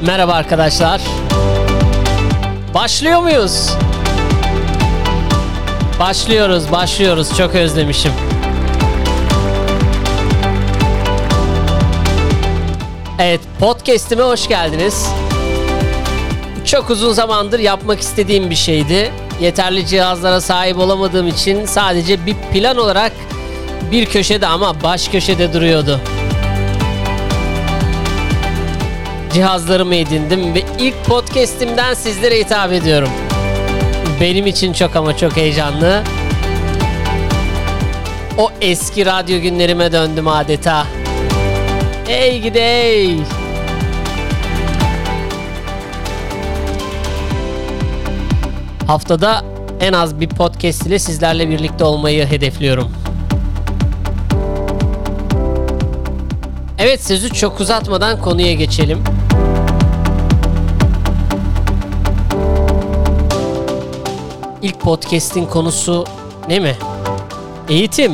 Merhaba arkadaşlar. Başlıyor muyuz? Başlıyoruz. Çok özlemişim. Evet, podcast'ime hoş geldiniz. Çok uzun zamandır yapmak istediğim bir şeydi. Yeterli cihazlara sahip olamadığım için sadece bir plan olarak bir köşede ama baş köşede duruyordu. Cihazlarımı edindim ve ilk podcast'imden sizlere hitap ediyorum. Benim için çok ama çok heyecanlı. O eski radyo günlerime döndüm adeta. Hey gidi hey. Haftada en az bir podcast ile sizlerle birlikte olmayı hedefliyorum. Evet, sözü çok uzatmadan konuya geçelim. İlk podcast'in konusu ne mi? Eğitim.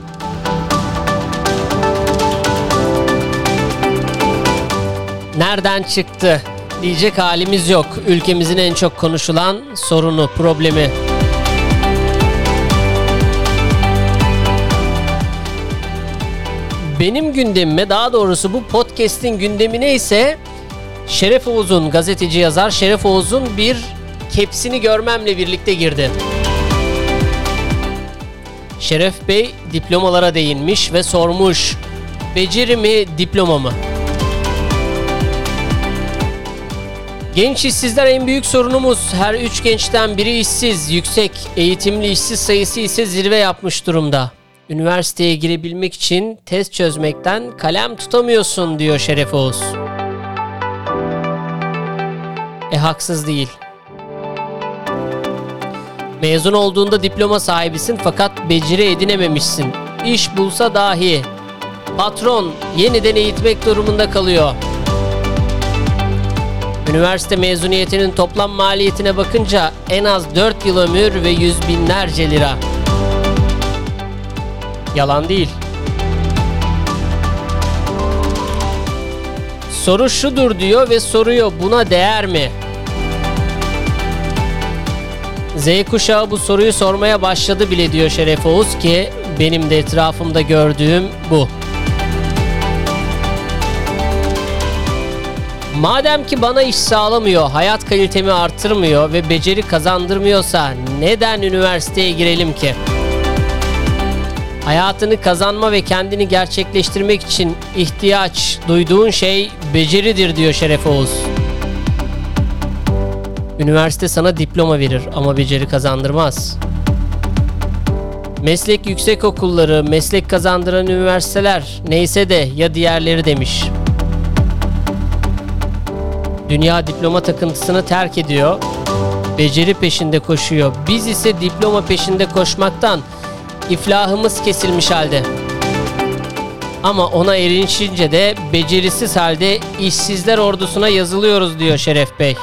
Nereden çıktı diyecek halimiz yok. Ülkemizin en çok konuşulan sorunu, problemi. Benim gündemime, daha doğrusu bu podcast'in gündemine ise Şeref Oğuz'un, gazeteci yazar Şeref Oğuz'un bir kepsini görmemle birlikte girdi. Şeref Bey diplomalara değinmiş ve sormuş: beceri mi, diploma mı? Genç işsizler en büyük sorunumuz. Her 3 gençten biri işsiz. Yüksek eğitimli işsiz sayısı ise zirve yapmış durumda. Üniversiteye girebilmek için test çözmekten kalem tutamıyorsun diyor Şeref Oğuz. Haksız değil. Mezun olduğunda diploma sahibisin fakat beceri edinememişsin. İş bulsa dahi patron yeniden eğitmek durumunda kalıyor. Üniversite mezuniyetinin toplam maliyetine bakınca en az 4 yıl ömür ve yüz binlerce lira. Yalan değil. Soru şudur diyor ve soruyor: buna değer mi? Z kuşağı bu soruyu sormaya başladı bile diyor Şeref Oğuz ki benim de etrafımda gördüğüm bu. Madem ki bana iş sağlamıyor, hayat kalitemi artırmıyor ve beceri kazandırmıyorsa neden üniversiteye girelim ki? Hayatını kazanma ve kendini gerçekleştirmek için ihtiyaç duyduğun şey beceridir diyor Şeref Oğuz. Üniversite sana diploma verir ama beceri kazandırmaz. Meslek yüksekokulları, meslek kazandıran üniversiteler neyse de ya diğerleri demiş. Dünya diploma takıntısını terk ediyor, beceri peşinde koşuyor. Biz ise diploma peşinde koşmaktan iflahımız kesilmiş halde. Ama ona erişince de becerisiz halde işsizler ordusuna yazılıyoruz diyor Şeref Bey.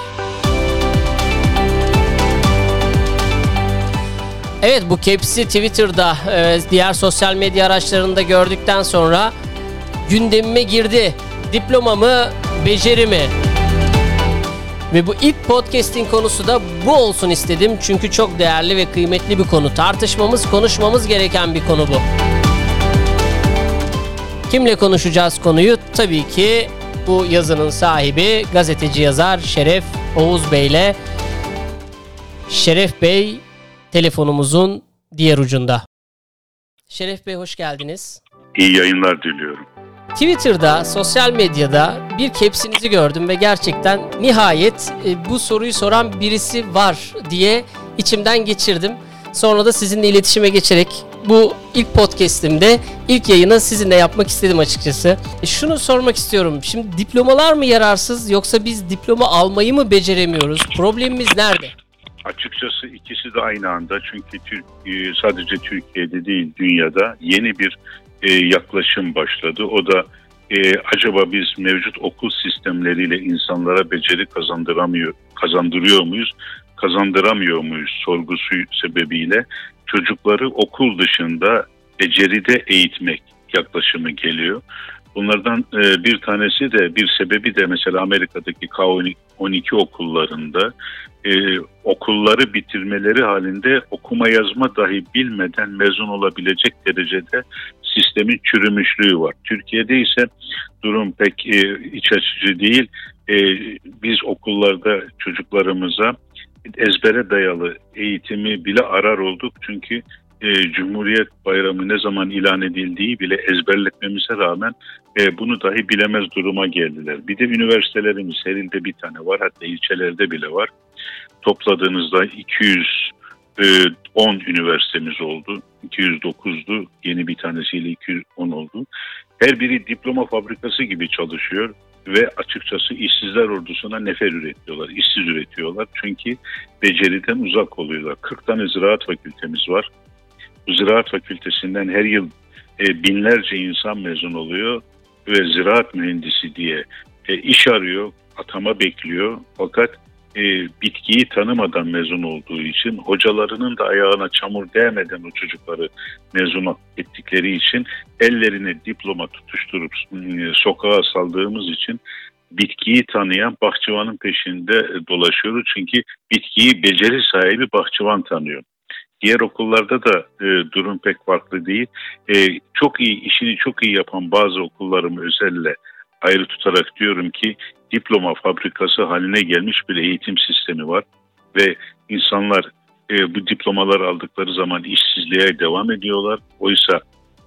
Evet, bu kepsi Twitter'da, diğer sosyal medya araçlarında gördükten sonra gündemime girdi. Diploma mı, beceri mi? Ve bu ilk podcast'in konusu da bu olsun istedim. Çünkü çok değerli ve kıymetli bir konu. Tartışmamız, konuşmamız gereken bir konu bu. Kimle konuşacağız konuyu? Tabii ki bu yazının sahibi gazeteci yazar Şeref Oğuz Bey'le. Şeref Bey telefonumuzun diğer ucunda. Şeref Bey, hoş geldiniz. İyi yayınlar diliyorum. Twitter'da, sosyal medyada bir kepsinizi gördüm ve gerçekten nihayet bu soruyu soran birisi var diye içimden geçirdim. Sonra da sizinle iletişime geçerek bu ilk podcast'imde ilk yayını sizinle yapmak istedim açıkçası. Şunu sormak istiyorum. Şimdi diplomalar mı yararsız yoksa biz diploma almayı mı beceremiyoruz? Problemimiz nerede? Açıkçası ikisi de aynı anda. Çünkü sadece Türkiye'de değil, dünyada yeni bir yaklaşım başladı. O da acaba biz mevcut okul sistemleriyle insanlara beceri kazandırıyor muyuz, kazandıramıyor muyuz sorgusu sebebiyle çocukları okul dışında beceride eğitmek yaklaşımı geliyor. Bunlardan bir tanesi de, bir sebebi de mesela Amerika'daki K-12 okullarında okulları bitirmeleri halinde okuma yazma dahi bilmeden mezun olabilecek derecede sistemin çürümüşlüğü var. Türkiye'de ise durum pek iç açıcı değil. Biz okullarda çocuklarımıza ezbere dayalı eğitimi bile arar olduk. Çünkü Cumhuriyet Bayramı ne zaman ilan edildiği bile ezberletmemize rağmen bunu dahi bilemez duruma geldiler. Bir de üniversitelerimiz her ilde bir tane var, hatta ilçelerde bile var. Topladığınızda 210 üniversitemiz oldu. 209'du, yeni bir tanesiyle 210 oldu. Her biri diploma fabrikası gibi çalışıyor ve açıkçası işsizler ordusuna nefer üretiyorlar, işsiz üretiyorlar. Çünkü beceriden uzak oluyorlar. 40 tane ziraat fakültemiz var. Bu ziraat fakültesinden her yıl binlerce insan mezun oluyor ve ziraat mühendisi diye iş arıyor, atama bekliyor. Fakat bitkiyi tanımadan mezun olduğu için, hocalarının da ayağına çamur değmeden o çocukları mezun ettikleri için, ellerine diploma tutuşturup sokağa saldığımız için bitkiyi tanıyan bahçıvanın peşinde dolaşıyoruz. Çünkü bitkiyi beceri sahibi bahçıvan tanıyor. Diğer okullarda da durum pek farklı değil. Çok iyi, işini çok iyi yapan bazı okullarımı özelle ayrı tutarak diyorum ki diploma fabrikası haline gelmiş bir eğitim sistemi var ve insanlar bu diplomalar aldıkları zaman işsizliğe devam ediyorlar. Oysa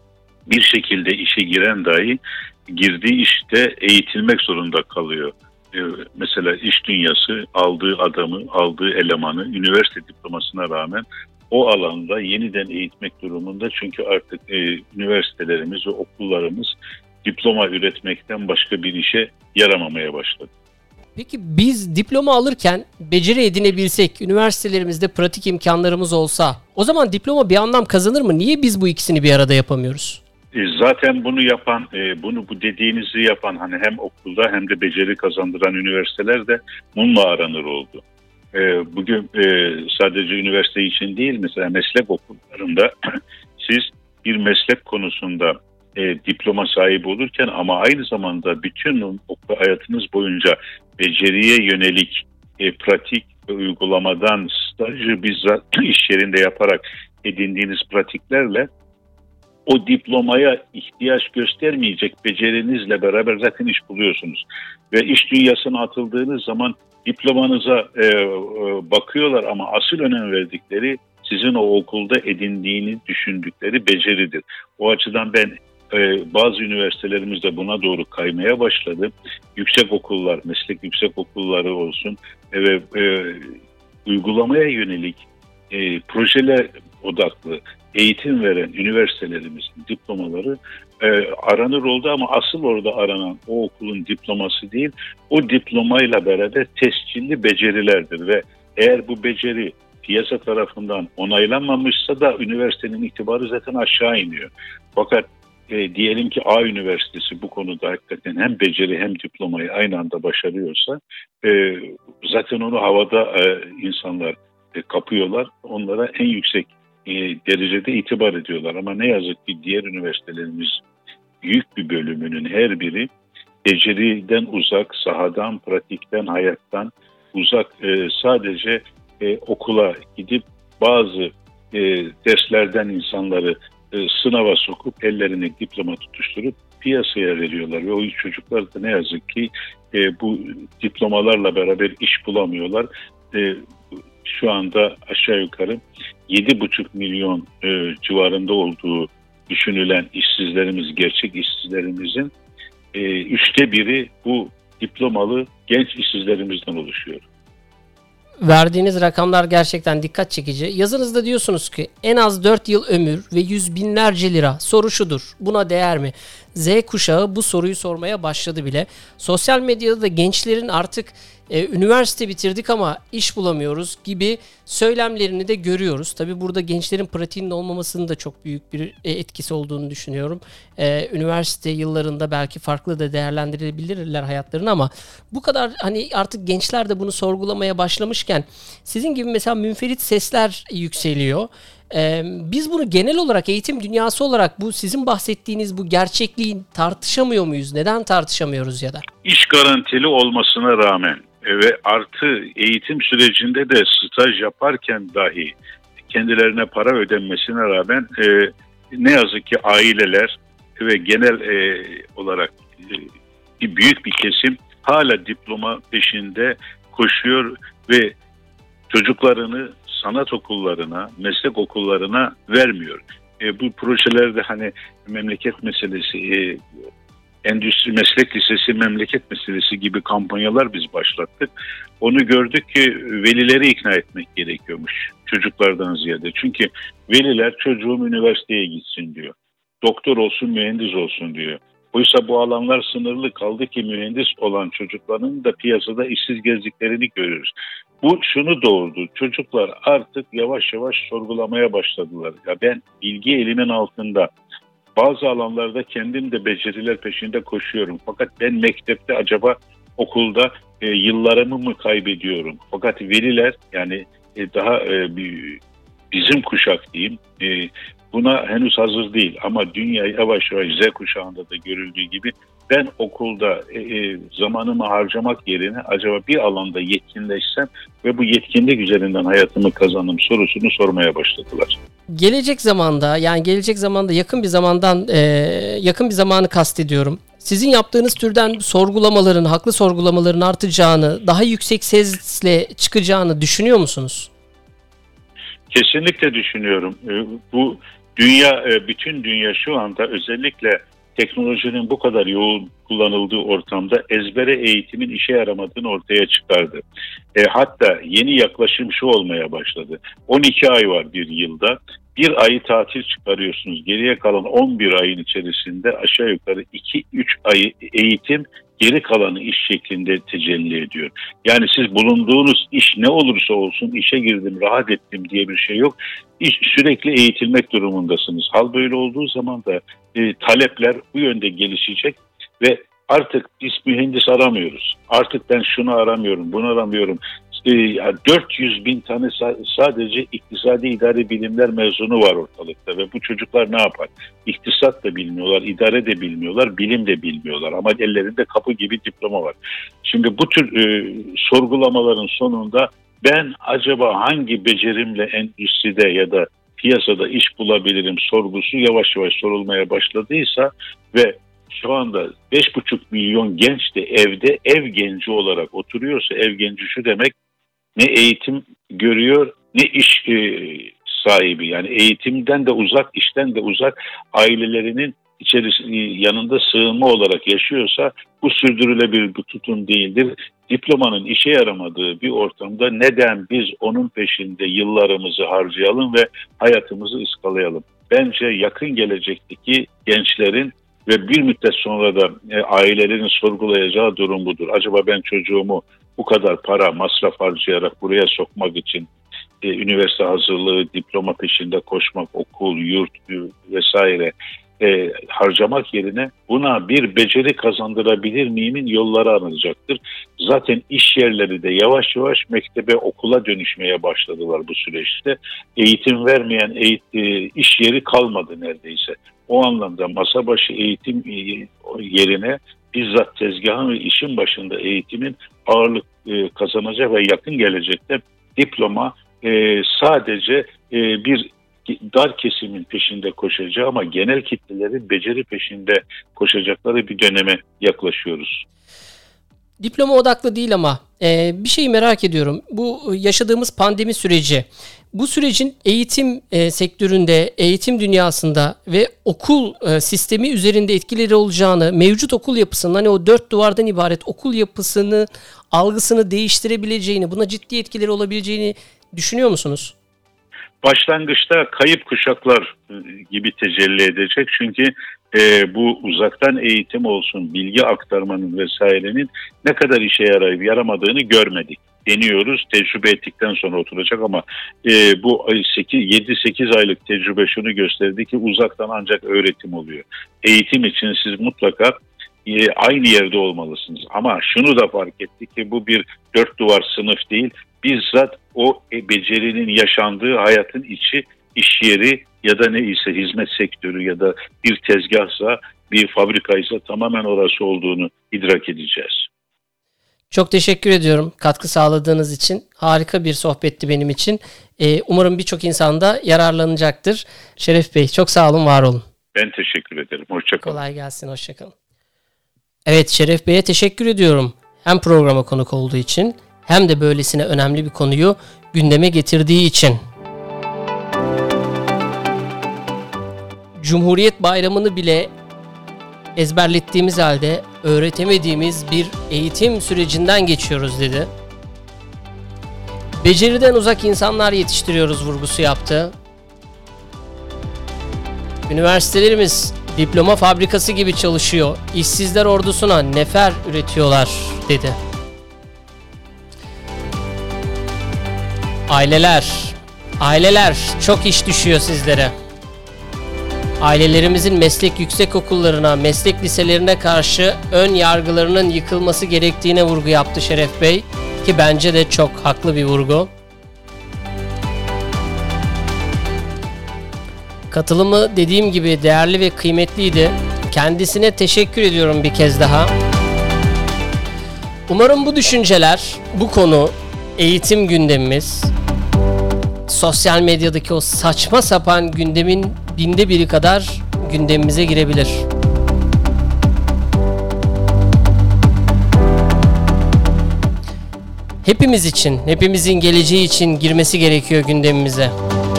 bir şekilde işe giren dahi girdiği işte eğitilmek zorunda kalıyor. Mesela iş dünyası aldığı adamı, aldığı elemanı üniversite diplomasına rağmen o alanda yeniden eğitmek durumunda. Çünkü artık üniversitelerimiz ve okullarımız diploma üretmekten başka bir işe yaramamaya başladı. Peki biz diploma alırken beceri edinebilsek, üniversitelerimizde pratik imkanlarımız olsa, o zaman diploma bir anlam kazanır mı? Niye biz bu ikisini bir arada yapamıyoruz? Zaten bunu yapan, bu dediğinizi yapan hani hem okulda hem de beceri kazandıran üniversiteler de bununla aranır oldu. Bugün sadece üniversite için değil, mesela meslek okullarında siz bir meslek konusunda diploma sahibi olurken ama aynı zamanda bütün hayatınız boyunca beceriye yönelik pratik ve uygulamadan stajı bizzat iş yerinde yaparak edindiğiniz pratiklerle o diplomaya ihtiyaç göstermeyecek becerinizle beraber zaten iş buluyorsunuz. Ve iş dünyasına atıldığınız zaman diplomanıza bakıyorlar ama asıl önem verdikleri sizin o okulda edindiğini düşündükleri beceridir. O açıdan ben bazı üniversitelerimiz de buna doğru kaymaya başladı. Yüksek okullar, meslek yüksek okulları olsun ve uygulamaya yönelik projeler odaklı eğitim veren üniversitelerimizin diplomaları aranır oldu ama asıl orada aranan o okulun diploması değil, o diplomayla beraber tescilli becerilerdir ve eğer bu beceri piyasa tarafından onaylanmamışsa da üniversitenin itibarı zaten aşağı iniyor. Fakat diyelim ki A üniversitesi bu konuda hakikaten hem beceri hem diplomayı aynı anda başarıyorsa zaten onu havada insanlar kapıyorlar. Onlara en yüksek derecede itibar ediyorlar. Ama ne yazık ki diğer üniversitelerimiz büyük bir bölümünün her biri beceriden uzak, sahadan, pratikten, hayattan uzak, sadece okula gidip bazı derslerden insanları sınava sokup ellerine diploma tutuşturup piyasaya veriyorlar ve o çocuklar da ne yazık ki bu diplomalarla beraber iş bulamıyorlar. Şu anda aşağı yukarı 7,5 milyon civarında olduğu düşünülen işsizlerimiz, gerçek işsizlerimizin 1/3 bu diplomalı genç işsizlerimizden oluşuyor. Verdiğiniz rakamlar gerçekten dikkat çekici. Yazınızda diyorsunuz ki en az 4 yıl ömür ve yüz binlerce lira. Soru şudur: buna değer mi? Z kuşağı bu soruyu sormaya başladı bile. Sosyal medyada da gençlerin artık üniversite bitirdik ama iş bulamıyoruz gibi söylemlerini de görüyoruz. Tabii burada gençlerin pratiğinin olmamasının da çok büyük bir etkisi olduğunu düşünüyorum. Üniversite yıllarında belki farklı da değerlendirebilirler hayatlarını ama bu kadar hani artık gençler de bunu sorgulamaya başlamışken sizin gibi mesela münferit sesler yükseliyor. Biz bunu genel olarak eğitim dünyası olarak bu sizin bahsettiğiniz bu gerçekliği tartışamıyor muyuz? Neden tartışamıyoruz ya da? İş garantili olmasına rağmen ve artı eğitim sürecinde de staj yaparken dahi kendilerine para ödenmesine rağmen ne yazık ki aileler ve genel olarak büyük bir kesim hala diploma peşinde koşuyor ve çocuklarını sanat okullarına, meslek okullarına vermiyor. Bu projelerde hani memleket meselesi, endüstri meslek lisesi memleket meselesi gibi kampanyalar biz başlattık. Onu gördük ki velileri ikna etmek gerekiyormuş çocuklardan ziyade. Çünkü veliler çocuğum üniversiteye gitsin diyor. Doktor olsun, mühendis olsun diyor. Oysa bu alanlar sınırlı, kaldı ki mühendis olan çocukların da piyasada işsiz gezdiklerini görüyoruz. Bu şunu doğurdu. Çocuklar artık yavaş yavaş sorgulamaya başladılar. Ya ben bilgi elimin altında. Bazı alanlarda kendim de beceriler peşinde koşuyorum. Fakat ben mektepte acaba okulda yıllarımı mı kaybediyorum? Fakat veliler yani daha bizim kuşak diyeyim buna henüz hazır değil. Ama dünya yavaş yavaş Z kuşağında da görüldüğü gibi ben okulda zamanımı harcamak yerine acaba bir alanda yetkinleşsem ve bu yetkinlik üzerinden hayatımı kazanım sorusunu sormaya başladılar. Gelecek zamanda yakın bir zamanı kastediyorum. Sizin yaptığınız türden sorgulamaların, haklı sorgulamaların artacağını, daha yüksek sesle çıkacağını düşünüyor musunuz? Kesinlikle düşünüyorum. Bu dünya, bütün dünya şu anda özellikle teknolojinin bu kadar yoğun kullanıldığı ortamda ezbere eğitimin işe yaramadığını ortaya çıkardı. Hatta yeni yaklaşım şu olmaya başladı. 12 ay var bir yılda. Bir ayı tatil çıkarıyorsunuz. Geriye kalan 11 ayın içerisinde aşağı yukarı 2-3 ayı eğitim, geri kalanı iş şeklinde tecelli ediyor. Yani siz bulunduğunuz iş ne olursa olsun işe girdim, rahat ettim diye bir şey yok. Sürekli eğitilmek durumundasınız. Hal böyle olduğu zaman da talepler bu yönde gelişecek ve artık biz mühendis aramıyoruz. Artık ben şunu aramıyorum, bunu aramıyorum. 400 bin tane sadece iktisadi idari bilimler mezunu var ortalıkta ve bu çocuklar ne yapar? İktisat da bilmiyorlar, idare de bilmiyorlar, bilim de bilmiyorlar ama ellerinde kapı gibi diploma var. Şimdi bu tür sorgulamaların sonunda ben acaba hangi becerimle endüstride ya da piyasada iş bulabilirim sorgusu yavaş yavaş sorulmaya başladıysa ve şu anda 5,5 milyon genç de evde ev genci olarak oturuyorsa, ev genci şu demek, ne eğitim görüyor ne iş sahibi, yani eğitimden de uzak, işten de uzak, ailelerinin yanında sığınma olarak yaşıyorsa bu sürdürülebilir bir tutum değildir. Diplomanın işe yaramadığı bir ortamda neden biz onun peşinde yıllarımızı harcayalım ve hayatımızı ıskalayalım? Bence yakın gelecekteki gençlerin ve bir müddet sonra da ailelerin sorgulayacağı durum budur. Acaba ben çocuğumu bu kadar para, masraf harcayarak buraya sokmak için üniversite hazırlığı, diploma peşinde koşmak, okul, yurt vesaire harcamak yerine buna bir beceri kazandırabilir miyimin yolları aranılacaktır. Zaten iş yerleri de yavaş yavaş mektebe, okula dönüşmeye başladılar bu süreçte. Eğitim vermeyen iş yeri kalmadı neredeyse. O anlamda masa başı eğitim yerine bizzat tezgahın ve işin başında eğitimin ağırlık kazanacak ve yakın gelecekte diploma sadece bir dar kesimin peşinde koşacağı ama genel kitlelerin beceri peşinde koşacakları bir döneme yaklaşıyoruz. Diploma odaklı değil ama bir şeyi merak ediyorum. Bu yaşadığımız pandemi süreci, bu sürecin eğitim sektöründe, eğitim dünyasında ve okul sistemi üzerinde etkileri olacağını, mevcut okul yapısının, hani o 4 duvardan ibaret okul yapısını, algısını değiştirebileceğini, buna ciddi etkileri olabileceğini düşünüyor musunuz? Başlangıçta kayıp kuşaklar gibi tecelli edecek. Çünkü bu uzaktan eğitim olsun, bilgi aktarmanın vesairenin ne kadar işe yarayıp yaramadığını görmedik. Deniyoruz, tecrübe ettikten sonra oturacak ama bu 7-8 aylık tecrübe şunu gösterdi ki uzaktan ancak öğretim oluyor. Eğitim için siz mutlaka aynı yerde olmalısınız. Ama şunu da fark ettik ki bu bir 4 duvar sınıf değil, bizzat o becerinin yaşandığı hayatın içi iş yeri ya da neyse hizmet sektörü ya da bir tezgahsa, bir fabrikaysa tamamen orası olduğunu idrak edeceğiz. Çok teşekkür ediyorum katkı sağladığınız için. Harika bir sohbetti benim için. Umarım birçok insan da yararlanacaktır. Şeref Bey çok sağ olun, var olun. Ben teşekkür ederim. Hoşça kalın. Kolay gelsin, hoşça kalın. Evet, Şeref Bey'e teşekkür ediyorum. Hem programa konuk olduğu için hem de böylesine önemli bir konuyu gündeme getirdiği için. Cumhuriyet Bayramı'nı bile ezberlettiğimiz halde öğretemediğimiz bir eğitim sürecinden geçiyoruz dedi. Beceriden uzak insanlar yetiştiriyoruz vurgusu yaptı. Üniversitelerimiz diploma fabrikası gibi çalışıyor. İşsizler ordusuna nefer üretiyorlar dedi. Aileler çok iş düşüyor sizlere. Ailelerimizin meslek yüksekokullarına, meslek liselerine karşı ön yargılarının yıkılması gerektiğine vurgu yaptı Şeref Bey, ki bence de çok haklı bir vurgu. Katılımı dediğim gibi değerli ve kıymetliydi. Kendisine teşekkür ediyorum bir kez daha. Umarım bu düşünceler, bu konu, eğitim gündemimiz, sosyal medyadaki o saçma sapan gündemin 1/1000 kadar gündemimize girebilir. Hepimiz için, hepimizin geleceği için girmesi gerekiyor gündemimize.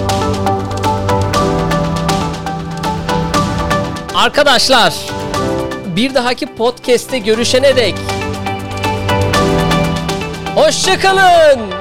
Arkadaşlar, bir dahaki podcast'te görüşene dek hoşça kalın.